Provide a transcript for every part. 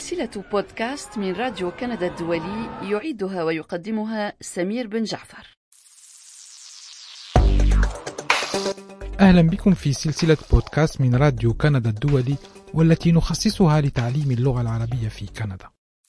سلسلة بودكاست من راديو كندا الدولي، يعيدها ويقدمها سمير بن جعفر. أهلا بكم في سلسلة بودكاست من راديو كندا الدولي، والتي نخصصها لتعليم اللغة العربية في كندا.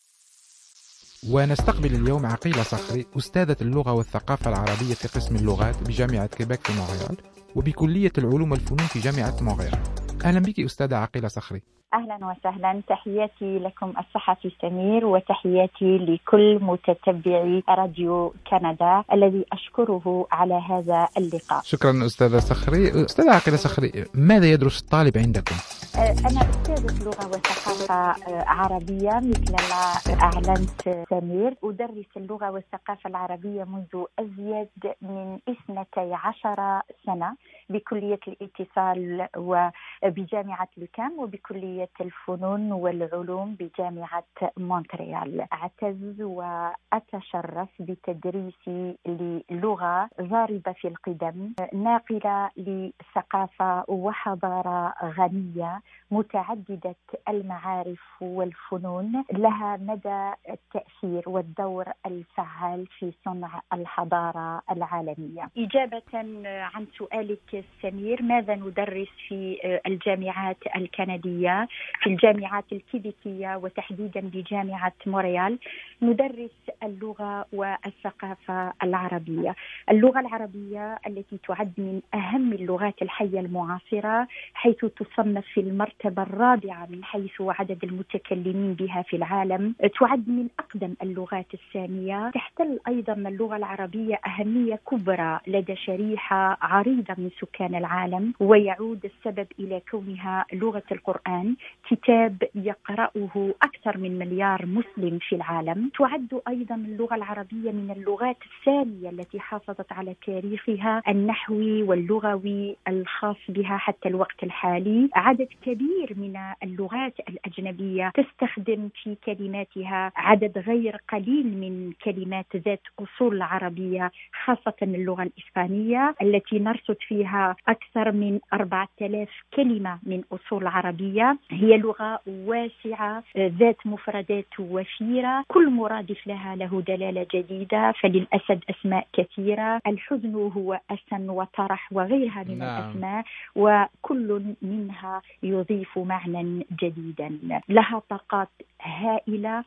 ونستقبل اليوم عقيلة صخري، أستاذة اللغة والثقافة العربية في قسم اللغات بجامعة كيباك في مونريال، وبكلية العلوم والفنون في جامعة مونريال. أهلا بك أستاذة عقيلة صخري. أهلا وسهلا، تحياتي لكم الصحفي سمير، وتحياتي لكل متتبعي راديو كندا الذي أشكره على هذا اللقاء. شكرا أستاذة صخري. أستاذة عقيلة صخري، ماذا يدرس الطالب عندكم؟ أنا أستاذة لغة وثقافة عربية مثل ما أعلنت سمير. أدرس اللغة والثقافة العربية منذ أزيد من 12 سنة بكلية الاتصال وبجامعة لوكام، وبكلية الفنون والعلوم بجامعة مونتريال. أعتز وأتشرف بتدريسي للغة ضاربة في القدم، ناقلة لثقافة وحضارة غنية متعددة المعارف والفنون، لها مدى التأثير والدور الفعال في صنع الحضارة العالمية. إجابة عن سؤالك سمير، ماذا ندرس في الجامعات الكندية؟ في الجامعات الكيبيكية وتحديدا بجامعة مونريال ندرس اللغة والثقافة العربية. اللغة العربية التي تعد من أهم اللغات الحية المعاصرة، حيث تصنف في المرتبة الرابعة من حيث عدد المتكلمين بها في العالم، تعد من أقدم اللغات السامية. تحتل أيضا اللغة العربية أهمية كبرى لدى شريحة عريضة من سكان العالم، ويعود السبب إلى كونها لغة القرآن، كتاب يقرأه أكثر من مليار مسلم في العالم. تعد أيضا اللغة العربية من اللغات الثانية التي حافظت على تاريخها النحوي واللغوي الخاص بها حتى الوقت الحالي. عدد كبير من اللغات الأجنبية تستخدم في كلماتها عدد غير قليل من كلمات ذات أصول عربية، خاصة اللغة الإسبانية التي نرصد فيها أكثر من 4000 كلمة من أصول عربية. هي لغة واسعة ذات مفردات وفيرة، كل مرادف لها له دلالة جديدة، فللأسد أسماء كثيرة، الحزن هو أسن وطرح وغيرها من الأسماء، وكل منها يضيف معنى جديدا. لها طاقات هائلة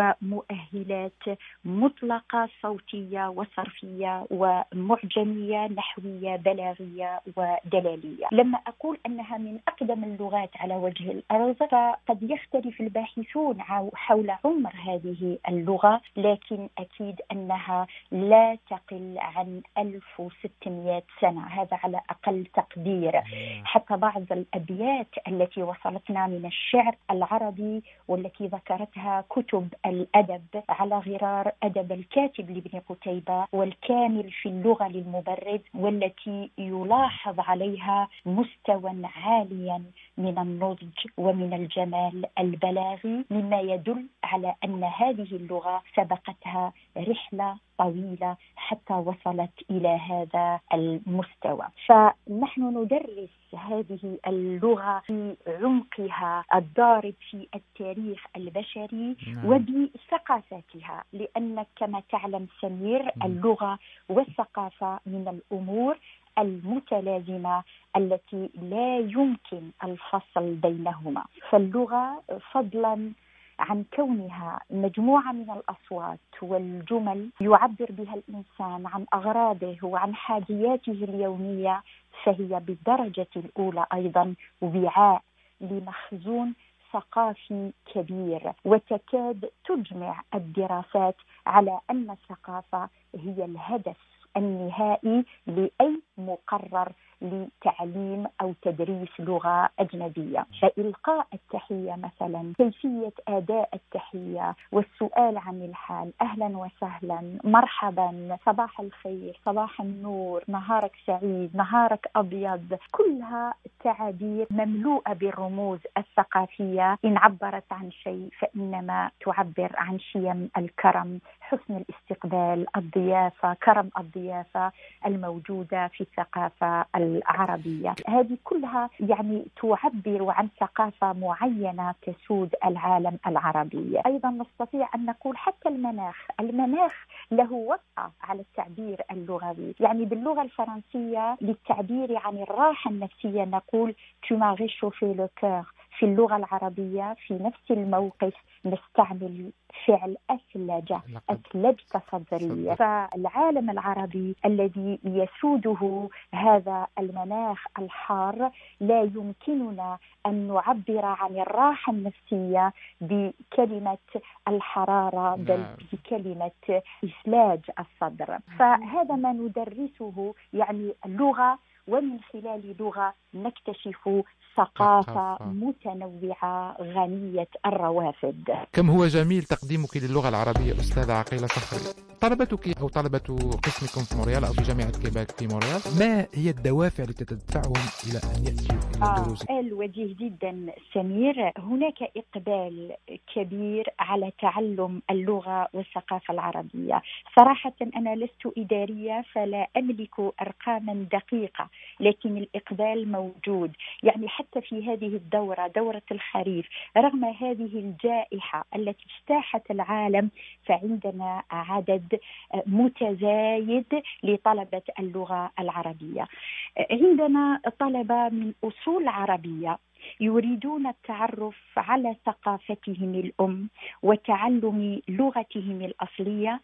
ومؤهلات مطلقة، صوتية وصرفية ومعجمية نحوية بلاغية ودلالية. لما أقول أنها من أقدم اللغات على وجه الأرض، فقد يختلف الباحثون حول عمر هذه اللغة، لكن أكيد أنها لا تقل عن 1600 سنة، هذا على أقل تقدير. حتى بعض الأبيات التي وصلتنا من الشعر العربي والتي ذكرتها كتب الأدب على غرار أدب الكاتب لابن قتيبة والكامل في اللغة للمبرد، والتي يلاحظ عليها مستوى عاليا من النضج ومن الجمال البلاغي، مما يدل على أن هذه اللغة سبقتها رحلة طويلة حتى وصلت إلى هذا المستوى. فنحن ندرس هذه اللغة في عمقها الضارب في التاريخ البشري وبثقافتها، لأن كما تعلم سمير اللغة والثقافة من الأمور المتلازمة التي لا يمكن الفصل بينهما. فاللغة فضلا عن كونها مجموعة من الأصوات والجمل يعبر بها الإنسان عن أغراضه وعن حاجياته اليومية، فهي بالدرجة الأولى أيضا وعاء لمخزون ثقافي كبير، وتكاد تجمع الدراسات على أن الثقافة هي الهدف النهائي لأي مقرر لتعليم أو تدريس لغة أجنبية. فإلقاء التحية مثلا، كيفية أداء التحية والسؤال عن الحال، أهلا وسهلا، مرحبا، صباح الخير، صباح النور، نهارك سعيد، نهارك أبيض، كلها تعابير مملوءة بالرموز الثقافية. إن عبرت عن شيء فإنما تعبر عن شيم الكرم، حسن الاستقبال، الضيافة، كرم الضيافة الموجودة في الثقافة العربية. هذه كلها يعني تعبر عن ثقافة معينة تسود العالم العربي. أيضا نستطيع أن نقول حتى المناخ له وطأة على التعبير اللغوي. يعني باللغة الفرنسية للتعبير عن الراحة النفسية نقول tu m'as réchauffé le cœur. في اللغة العربية في نفس الموقف نستعمل فعل أثلجت صدري. فالعالم العربي الذي يسوده هذا المناخ الحار لا يمكننا أن نعبر عن الراحة النفسية بكلمة الحرارة بل بكلمة إثلاج الصدر. فهذا ما ندرسه يعني اللغة، ومن خلال لغة نكتشف ثقافة متنوعة غنية الروافد. كم هو جميل تقديمك للغة العربية أستاذة عقيلة صخري. طلبتك أو طلبة قسمكم في مونريال أو في جامعة كيباك في مونريال، ما هي الدوافع التي تدفعهم إلى أن يأتوا إلى الدروس؟ سؤال وجيه جدا سمير. هناك إقبال كبير على تعلم اللغة والثقافة العربية. صراحة أنا لست إدارية فلا أملك أرقاما دقيقة، لكن الإقبال موجود. يعني حتى في هذه الدورة، دورة الخريف، رغم هذه الجائحة التي اجتاحت العالم فعندنا عدد متزايد لطلبة اللغة العربية. عندنا طلبة من أصول عربية يريدون التعرف على ثقافتهم الأم وتعلم لغتهم الأصلية،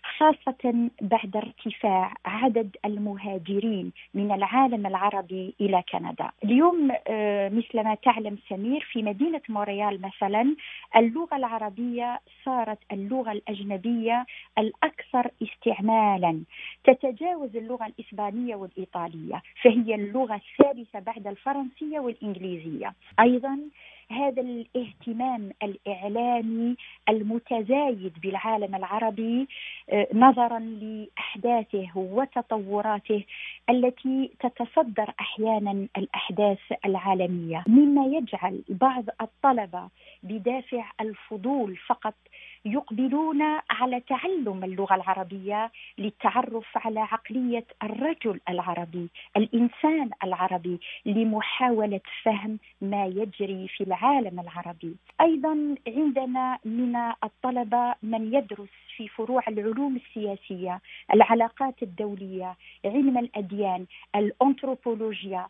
خاصة بعد ارتفاع عدد المهاجرين من العالم العربي إلى كندا. اليوم مثل ما تعلم سمير في مدينة مونريال مثلا اللغة العربية صارت اللغة الأجنبية الأكثر استعمالا، تتجاوز اللغة الإسبانية والإيطالية، فهي اللغة الثالثة بعد الفرنسية والإنجليزية. أيضا هذا الاهتمام الإعلامي المتزايد بالعالم العربي نظرا لأحداثه وتطوراته التي تتصدر أحيانا الأحداث العالمية، مما يجعل بعض الطلبة بدافع الفضول فقط يقبلون على تعلم اللغة العربية للتعرف على عقلية الرجل العربي، الإنسان العربي، لمحاولة فهم ما يجري في العالم العربي. أيضا عندنا من الطلبة من يدرس في فروع العلوم السياسية، العلاقات الدولية، علم الأديان، الأنثروبولوجيا،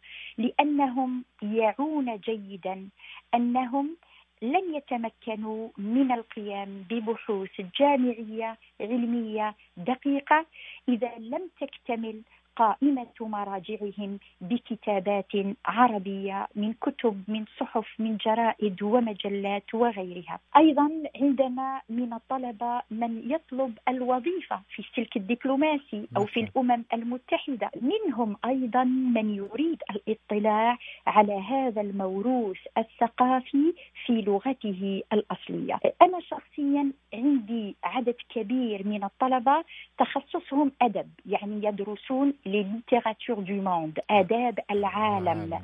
لأنهم يعون جيدا أنهم لن يتمكنوا من القيام ببحوث جامعية علمية دقيقة إذا لم تكتمل قائمة مراجعهم بكتابات عربية من كتب، من صحف، من جرائد ومجلات وغيرها. أيضا عندنا من الطلبة من يطلب الوظيفة في السلك الدبلوماسي أو في الأمم المتحدة. منهم أيضا من يريد الاطلاع على هذا الموروث الثقافي في لغته الأصلية. أنا شخصيا عندي عدد كبير من الطلبة تخصصهم أدب، يعني يدرسون للليتيراتور دو موند، آداب العالم،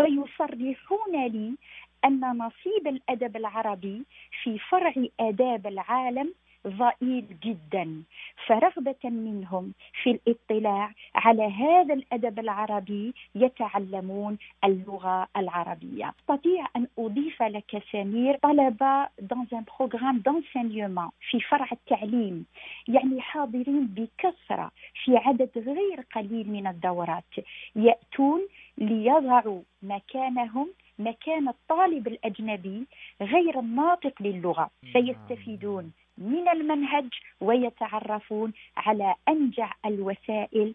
ويصرحون لي أن نصيب الأدب العربي في فرع آداب العالم ضئيل جدا، فرغبة منهم في الاطلاع على هذا الأدب العربي يتعلمون اللغة العربية. أستطيع أن أضيف لك سمير طلبة dans un programme d'enseignement في فرع التعليم، يعني حاضرين بكثرة في عدد غير قليل من الدورات، يأتون ليضعوا مكانهم مكان الطالب الأجنبي غير الناطق للغة، فيستفيدون من المنهج ويتعرفون على أنجع الوسائل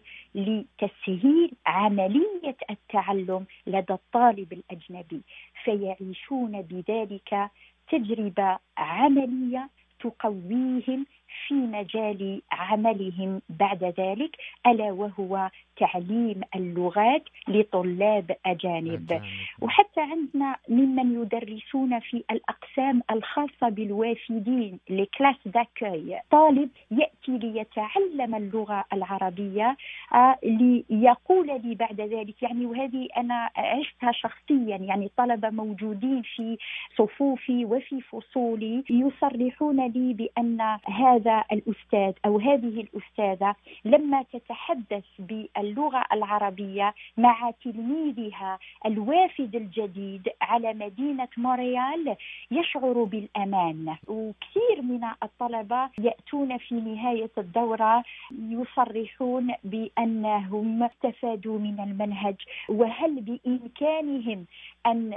لتسهيل عملية التعلم لدى الطالب الأجنبي، فيعيشون بذلك تجربة عملية تقويهم في مجال عملهم بعد ذلك، ألا وهو تعليم اللغات لطلاب أجانب. وحتى عندنا ممن يدرسون في الأقسام الخاصة بالوافدين لكلاس داكوي، طالب يأتي ليتعلم اللغة العربية ليقول لي بعد ذلك، يعني وهذه أنا عشتها شخصيا، يعني طلبة موجودين في صفوفي وفي فصولي يصرحون لي بأن هذا هذا الأستاذ أو هذه الأستاذة لما تتحدث باللغة العربية مع تلميذها الوافد الجديد على مدينة مونريال يشعر بالأمان. وكثير من الطلبة يأتون في نهاية الدورة يصرحون بأنهم استفادوا من المنهج، وهل بإمكانهم أن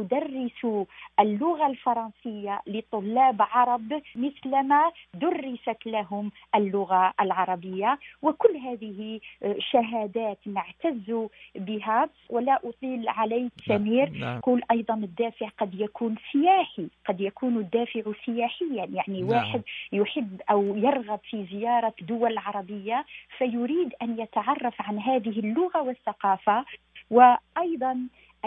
يدرسوا اللغة الفرنسية لطلاب عرب مثلما درست لهم اللغة العربية. وكل هذه شهادات نعتز بها. ولا أطيل عليك سمير، قول أيضا الدافع قد يكون سياحي، قد يكون الدافع سياحيا، يعني واحد يحب أو يرغب في زيارة دول عربية فيريد أن يتعرف عن هذه اللغة والثقافة. وأيضا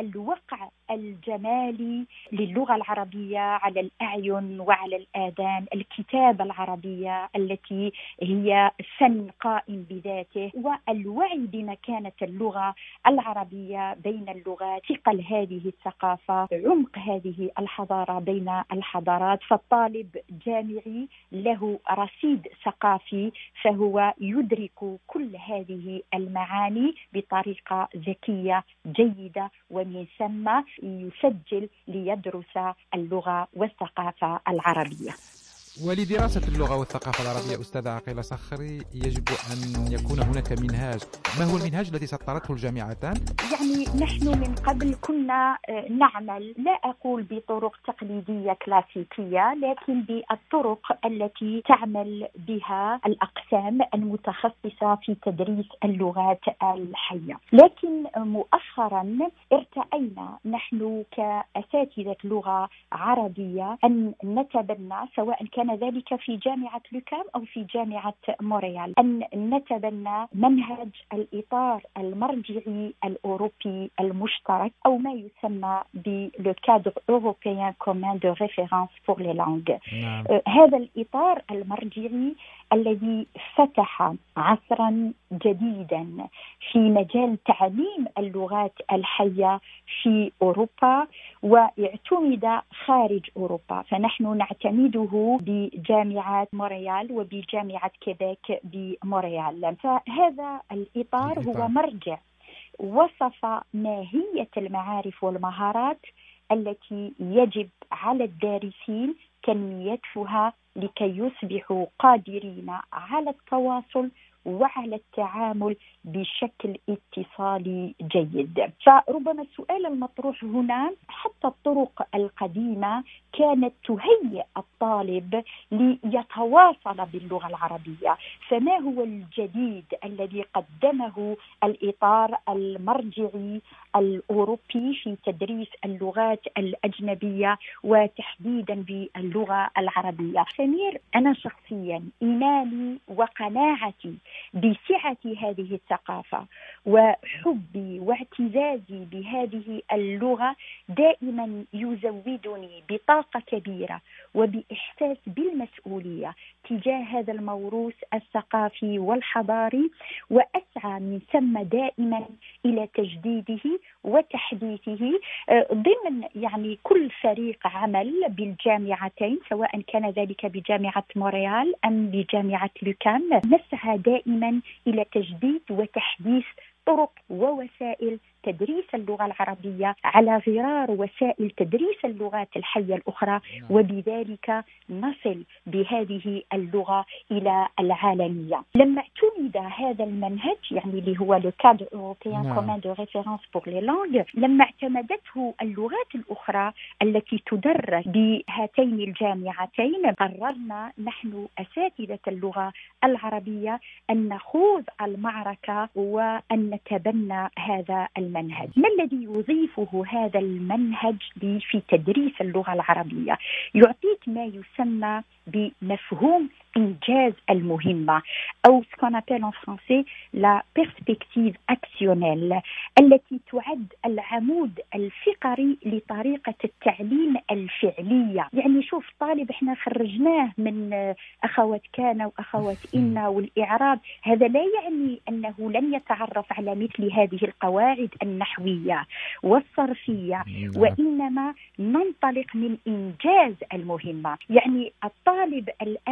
الوقع الجمالي للغة العربية على الأعين وعلى الآذان، الكتابة العربية التي هي فن قائم بذاته، والوعي بمكانة اللغة العربية بين اللغات، ثقل هذه الثقافة، عمق هذه الحضارة بين الحضارات. فالطالب جامعي له رصيد ثقافي، فهو يدرك كل هذه المعاني بطريقة ذكية جيدة، ومن ثم يسجل ليدرس اللغة والثقافة العربية. ولدراسة اللغة والثقافة العربية أستاذة عقيلة صخري يجب أن يكون هناك منهاج. ما هو المنهاج الذي سطرته الجامعتان؟ يعني نحن من قبل كنا نعمل، لا أقول بطرق تقليدية كلاسيكية، لكن بالطرق التي تعمل بها الأقسام المتخصصة في تدريس اللغات الحية. لكن مؤخرا ارتأينا نحن كأساتذة لغة عربية أن نتبنى، سواء كان ذلك في جامعة لوكام أو في جامعة مونريال، أن نتبنى منهج الإطار المرجعي الأوروبي المشترك، أو ما يسمى le cadre européen commun de référence pour les langues. هذا الإطار المرجعي الذي فتح عصرا جديدا في مجال تعليم اللغات الحية في أوروبا، واعتمد خارج أوروبا. فنحن نعتمده بجامعة مونريال وبجامعة كيبيك بمونريال. فهذا الإطار هو مرجع وصف ماهية المعارف والمهارات التي يجب على الدارسين تنميتها لكي يصبحوا قادرين على التواصل وعلى التعامل بشكل اتصالي جيد. فربما السؤال المطروح هنا، حتى الطرق القديمة كانت تهيئ الطالب ليتواصل باللغة العربية، فما هو الجديد الذي قدمه الإطار المرجعي الأوروبي في تدريس اللغات الأجنبية وتحديدا باللغة العربية؟ سمير، أنا شخصيا إيماني وقناعتي بسعة هذه الثقافة وحبي واعتزازي بهذه اللغة دائما يزودني بطاقة كبيرة وبإحساس بالمسؤولية تجاه هذا الموروث الثقافي والحضاري، وأسعى من ثم دائما إلى تجديده وتحديثه ضمن يعني كل فريق عمل بالجامعتين، سواء كان ذلك بجامعة مونريال أم بجامعة لوكام. نسعى دائما إلى تجديد وتحديث طرق ووسائل تدريس اللغة العربية على غرار وسائل تدريس اللغات الحية الأخرى، وبذلك نصل بهذه اللغة إلى العالمية. لما اعتمد هذا المنهج، يعني اللي هو le cadre européen commun de référence pour les langues، لما اعتمدته اللغات الأخرى التي تدرس بهاتين الجامعتين، قررنا نحن أساتذة اللغة العربية أن نخوض المعركة وأن نتبنى هذا المنهج. ما الذي يضيفه هذا المنهج في تدريس اللغة العربية؟ يعطيك ما يسمى بمفهوم إنجاز المهمة، أو ce qu'on appelle en français la perspective actionnelle، التي تعد العمود الفقري لطريقة التعليم الفعلية. يعني شوف طالب احنا خرجناه من أخوات كان وأخوات إن والإعراب، هذا لا يعني أنه لن يتعرف على مثل هذه القواعد النحوية والصرفية، وإنما ننطلق من إنجاز المهمة. يعني الطالب الآن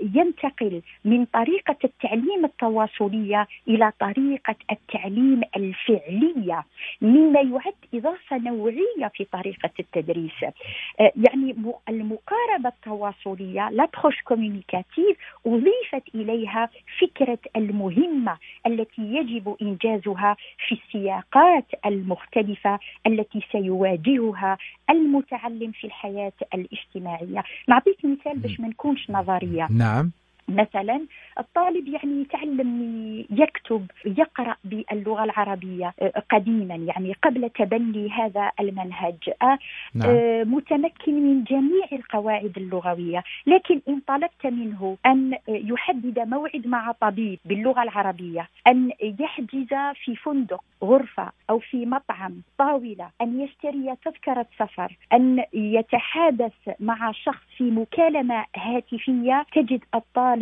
ينتقل من طريقة التعليم التواصلية إلى طريقة التعليم الفعلية، مما يعد إضافة نوعية في طريقة التدريس. يعني المقاربة التواصلية لابروش كوميونيكاتيف أضيفت إليها فكرة المهمة التي يجب إنجازها في السياقات المختلفة التي سيواجهها المتعلم في الحياة الاجتماعية. نعطيك مثال باش ما نكونش نظرية. نعم. مثلا الطالب يعني يتعلم يكتب يقرأ باللغة العربية قديما، يعني قبل تبني هذا المنهج، نعم. متمكن من جميع القواعد اللغوية، لكن إن طلبت منه أن يحدد موعد مع طبيب باللغة العربية، أن يحجز في فندق غرفة أو في مطعم طاولة، أن يشتري تذكرة سفر، أن يتحدث مع شخص في مكالمة هاتفية، تجد الطالب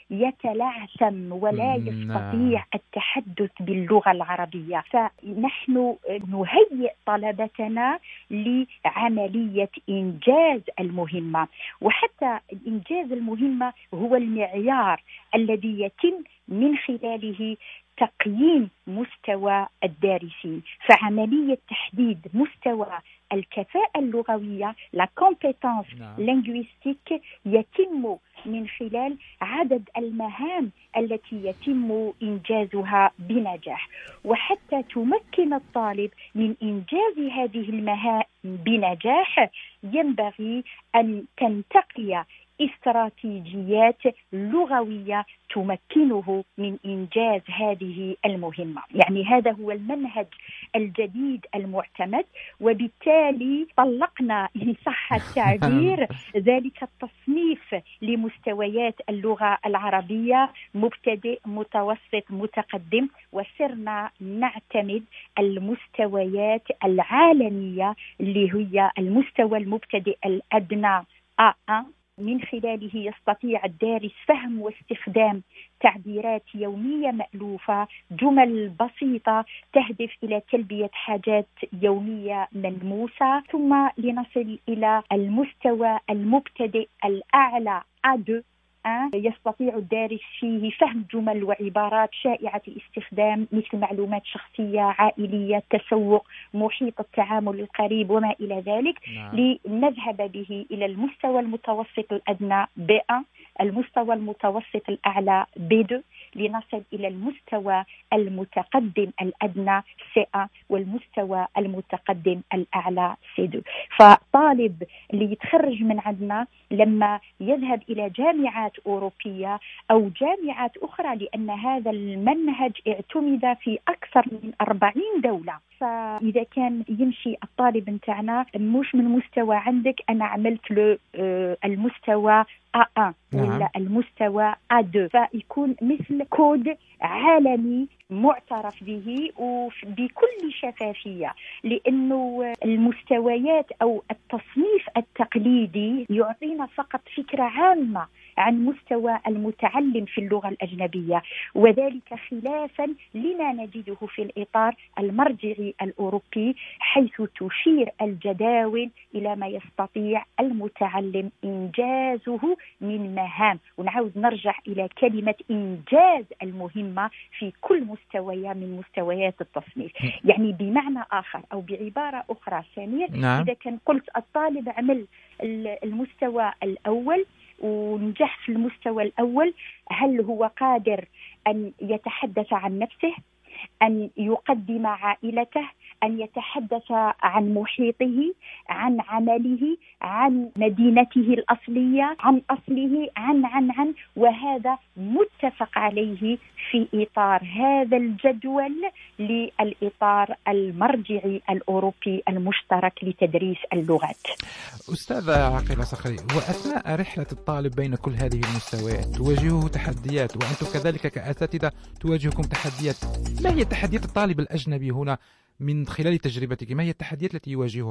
يتلعثم ولا يستطيع التحدث باللغة العربية. فنحن نهيئ طلبتنا لعملية إنجاز المهمة، وحتى إنجاز المهمة هو المعيار الذي يتم من خلاله تقييم مستوى الدارسين. فعملية تحديد مستوى الكفاءة اللغوية la compétence linguistique يتم من خلال عدد المهام التي يتم إنجازها بنجاح، وحتى تمكن الطالب من إنجاز هذه المهام بنجاح ينبغي أن تنتقي استراتيجيات لغوية تمكنه من إنجاز هذه المهمة. يعني هذا هو المنهج الجديد المعتمد، وبالتالي طلقنا إن صح التعبير ذلك التصنيف لمستويات اللغة العربية: مبتدئ، متوسط، متقدم، وصرنا نعتمد المستويات العالمية اللي هي المستوى المبتدئ الأدنى A1. من خلاله يستطيع الدارس فهم واستخدام تعبيرات يومية مألوفة، جمل بسيطة تهدف إلى تلبية حاجات يومية ملموسة، ثم لنصل إلى المستوى المبتدئ الأعلى A2. يستطيع الدارس فيه فهم جمل وعبارات شائعة الاستخدام مثل معلومات شخصية، عائلية، تسوق، محيط التعامل القريب وما إلى ذلك. لنذهب به إلى المستوى المتوسط الأدنى B1، المستوى المتوسط الأعلى B2، لنصل إلى المستوى المتقدم الأدنى C1، والمستوى المتقدم الأعلى C2. فطالب اللي يتخرج من عندنا لما يذهب إلى جامعات أوروبية أو جامعات أخرى، لأن هذا المنهج اعتمد في أكثر من 40 دولة، فإذا كان يمشي الطالب نتاعنا مش من مستوى عندك أنا عملت له المستوى A1 ولا المستوى A2، فيكون مثل كود عالمي معترف به وبكل شفافية، لأنه المستويات أو التصنيف التقليدي يعطينا فقط فكرة عامة عن مستوى المتعلم في اللغة الأجنبية، وذلك خلافا لما نجده في الإطار المرجعي الأوروبي، حيث تشير الجداول إلى ما يستطيع المتعلم إنجازه من مهام. ونعود نرجع إلى كلمة إنجاز المهمة في كل مستوى من مستويات التصنيف. يعني بمعنى آخر أو بعبارة أخرى سمير، إذا كان قلت الطالب عمل المستوى الأول ونجح في المستوى الأول، هل هو قادر أن يتحدث عن نفسه، أن يقدم عائلته، أن يتحدث عن محيطه، عن عمله، عن مدينته الأصلية، عن أصله، عن وهذا متفق عليه في إطار هذا الجدول للإطار المرجعي الأوروبي المشترك لتدريس اللغات. أستاذة عقيلة صخري، وأثناء رحلة الطالب بين كل هذه المستويات تواجهه تحديات، وأنتم كذلك كأساتذة تواجهكم تحديات. ما هي تحديات الطالب الأجنبي هنا من خلال تجربتك؟ ما هي التحديات التي يواجهها؟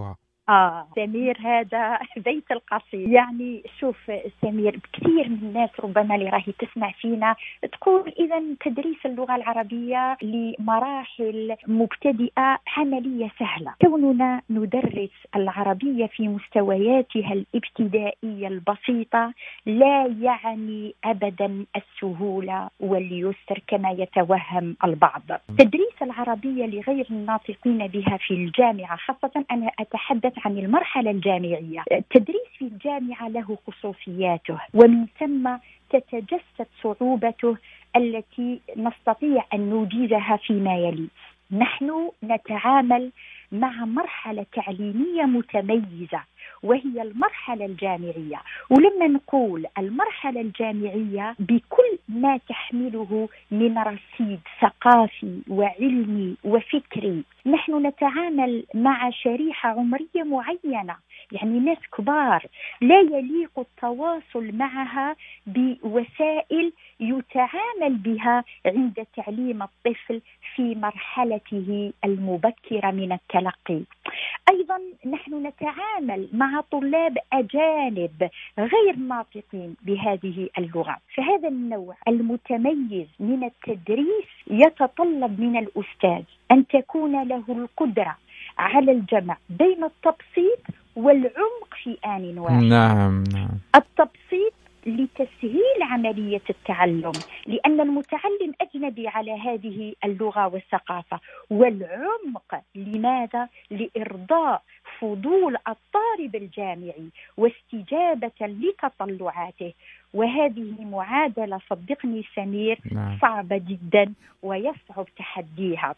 سمير هذا بيت القصيد. يعني شوف سمير، كثير من الناس ربما اللي راهي تسمع فينا تقول إذا تدريس اللغة العربية لمراحل مبتدئة عملية سهلة. كوننا ندرس العربية في مستوياتها الابتدائية البسيطة لا يعني أبدا السهولة واليسر كما يتوهم البعض. تدريس العربية لغير الناطقين بها في الجامعة، خاصة أنا أتحدث عن المرحلة الجامعية، التدريس في الجامعة له خصوصياته، ومن ثم تتجسد صعوبته التي نستطيع أن نوجزها فيما يلي. نحن نتعامل مع مرحلة تعليمية متميزة وهي المرحلة الجامعية، ولما نقول المرحلة الجامعية بكل ما تحمله من رصيد ثقافي وعلمي وفكري، نحن نتعامل مع شريحة عمرية معينة، يعني ناس كبار لا يليق التواصل معها بوسائل يتعامل بها عند تعليم الطفل في مرحلته المبكرة من التلقي. أيضا نحن نتعامل مع طلاب أجانب غير ناطقين بهذه اللغة، فهذا النوع المتميز من التدريس يتطلب من الأستاذ أن تكون له القدرة على الجمع بين التبسيط والعمق في آن واحد. نعم. التبسيط لتسهيل عملية التعلم لأن المتعلم أجنبي على هذه اللغة والثقافة، والعمق لماذا؟ لإرضاء فضول الطالب الجامعي واستجابة لتطلعاته. وهذه معادلة صدقني سمير صعبة جدا ويصعب تحديها.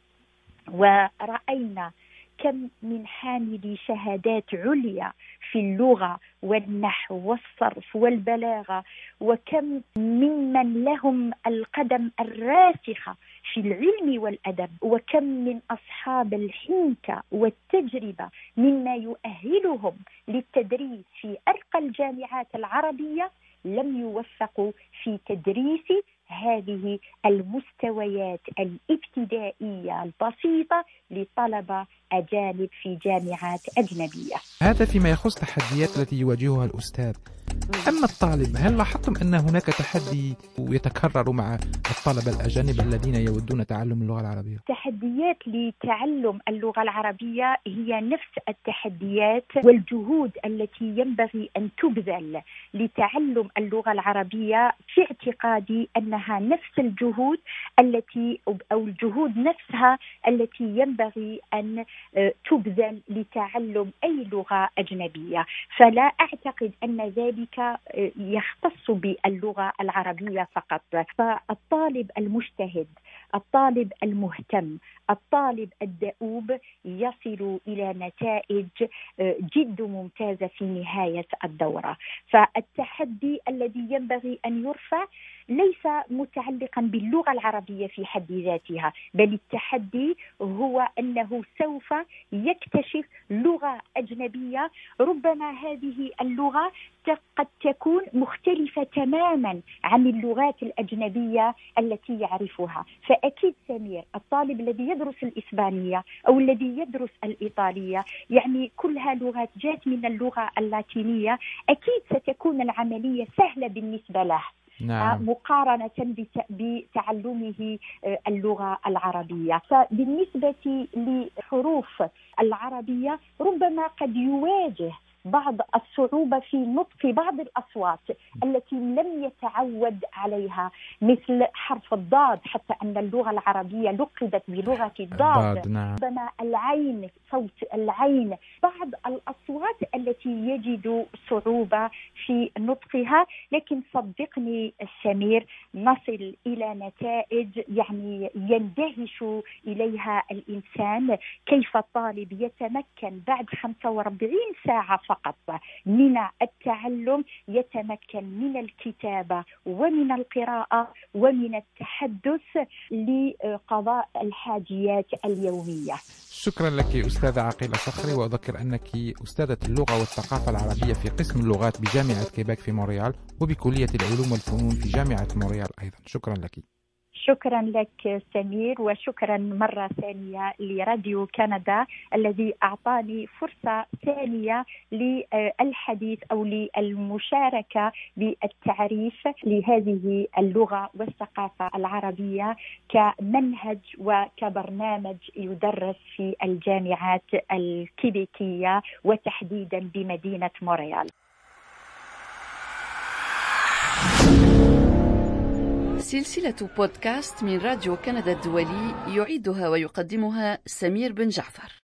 ورأينا كم من حاملي شهادات عليا في اللغة والنحو والصرف والبلاغة، وكم ممن لهم القدم الراسخة في العلم والأدب، وكم من أصحاب الحنكة والتجربة مما يؤهلهم للتدريس في أرقى الجامعات العربية لم يوفقوا في تدريس هذه المستويات الابتدائية البسيطة لطلبة أجانب في جامعات أجنبية. هذا فيما يخص تحديات التي يواجهها الأستاذ. أما الطالب، هل لاحظتم أن هناك تحدي يتكرر مع الطلبة الأجانب الذين يودون تعلم اللغة العربية؟ تحديات لتعلم اللغة العربية هي نفس التحديات والجهود التي ينبغي أن تبذل لتعلم اللغة العربية. في اعتقادي أنها نفس الجهود التي أو الجهود نفسها التي ينبغي أن تبذل لتعلم أي لغة أجنبية، فلا أعتقد أن ذلك يختص باللغة العربية فقط. فالطالب المجتهد، الطالب المهتم، الطالب الدؤوب يصل إلى نتائج جد ممتازة في نهاية الدورة. فالتحدي الذي ينبغي أن يرفع ليس متعلقا باللغة العربية في حد ذاتها، بل التحدي هو أنه سوف يكتشف لغة أجنبية، ربما هذه اللغة قد تكون مختلفة تماما عن اللغات الأجنبية التي يعرفها. فأكيد سمير الطالب الذي يدرس الإسبانية أو الذي يدرس الإيطالية، يعني كلها لغات جات من اللغة اللاتينية، أكيد ستكون العملية سهلة بالنسبة له. نعم. مقارنة بتعلمه اللغة العربية. فبالنسبة لحروف العربية ربما قد يواجه بعض الصعوبة في نطق بعض الأصوات التي لم يتعود عليها، مثل حرف الضاد، حتى أن اللغة العربية لقبت بلغة الضاد. نعم. ربما العين، صوت العين، بعض الأصوات التي يجد صعوبة في نطقها. لكن صدقني السمير نصل إلى نتائج يعني يندهش إليها الإنسان، كيف الطالب يتمكن بعد 45 ساعة فقط من التعلم، يتمكن من الكتابة ومن القراءة ومن التحدث لقضاء الحاجيات اليومية. شكرا لك أستاذة عقيلة صخري، وأذكر أنك أستاذة اللغة والثقافة العربية في قسم اللغات بجامعة كيباك في مونريال، وبكلية العلوم والفنون في جامعة مونريال أيضا. شكرا لك. شكرا لك سمير، وشكرا مرة ثانية لراديو كندا الذي أعطاني فرصة ثانية للحديث أو للمشاركة بالتعريف لهذه اللغة والثقافة العربية كمنهج وكبرنامج يدرس في الجامعات الكيبيكية وتحديدا بمدينة مونريال. سلسلة بودكاست من راديو كندا الدولي يعيدها ويقدمها سمير بن جعفر.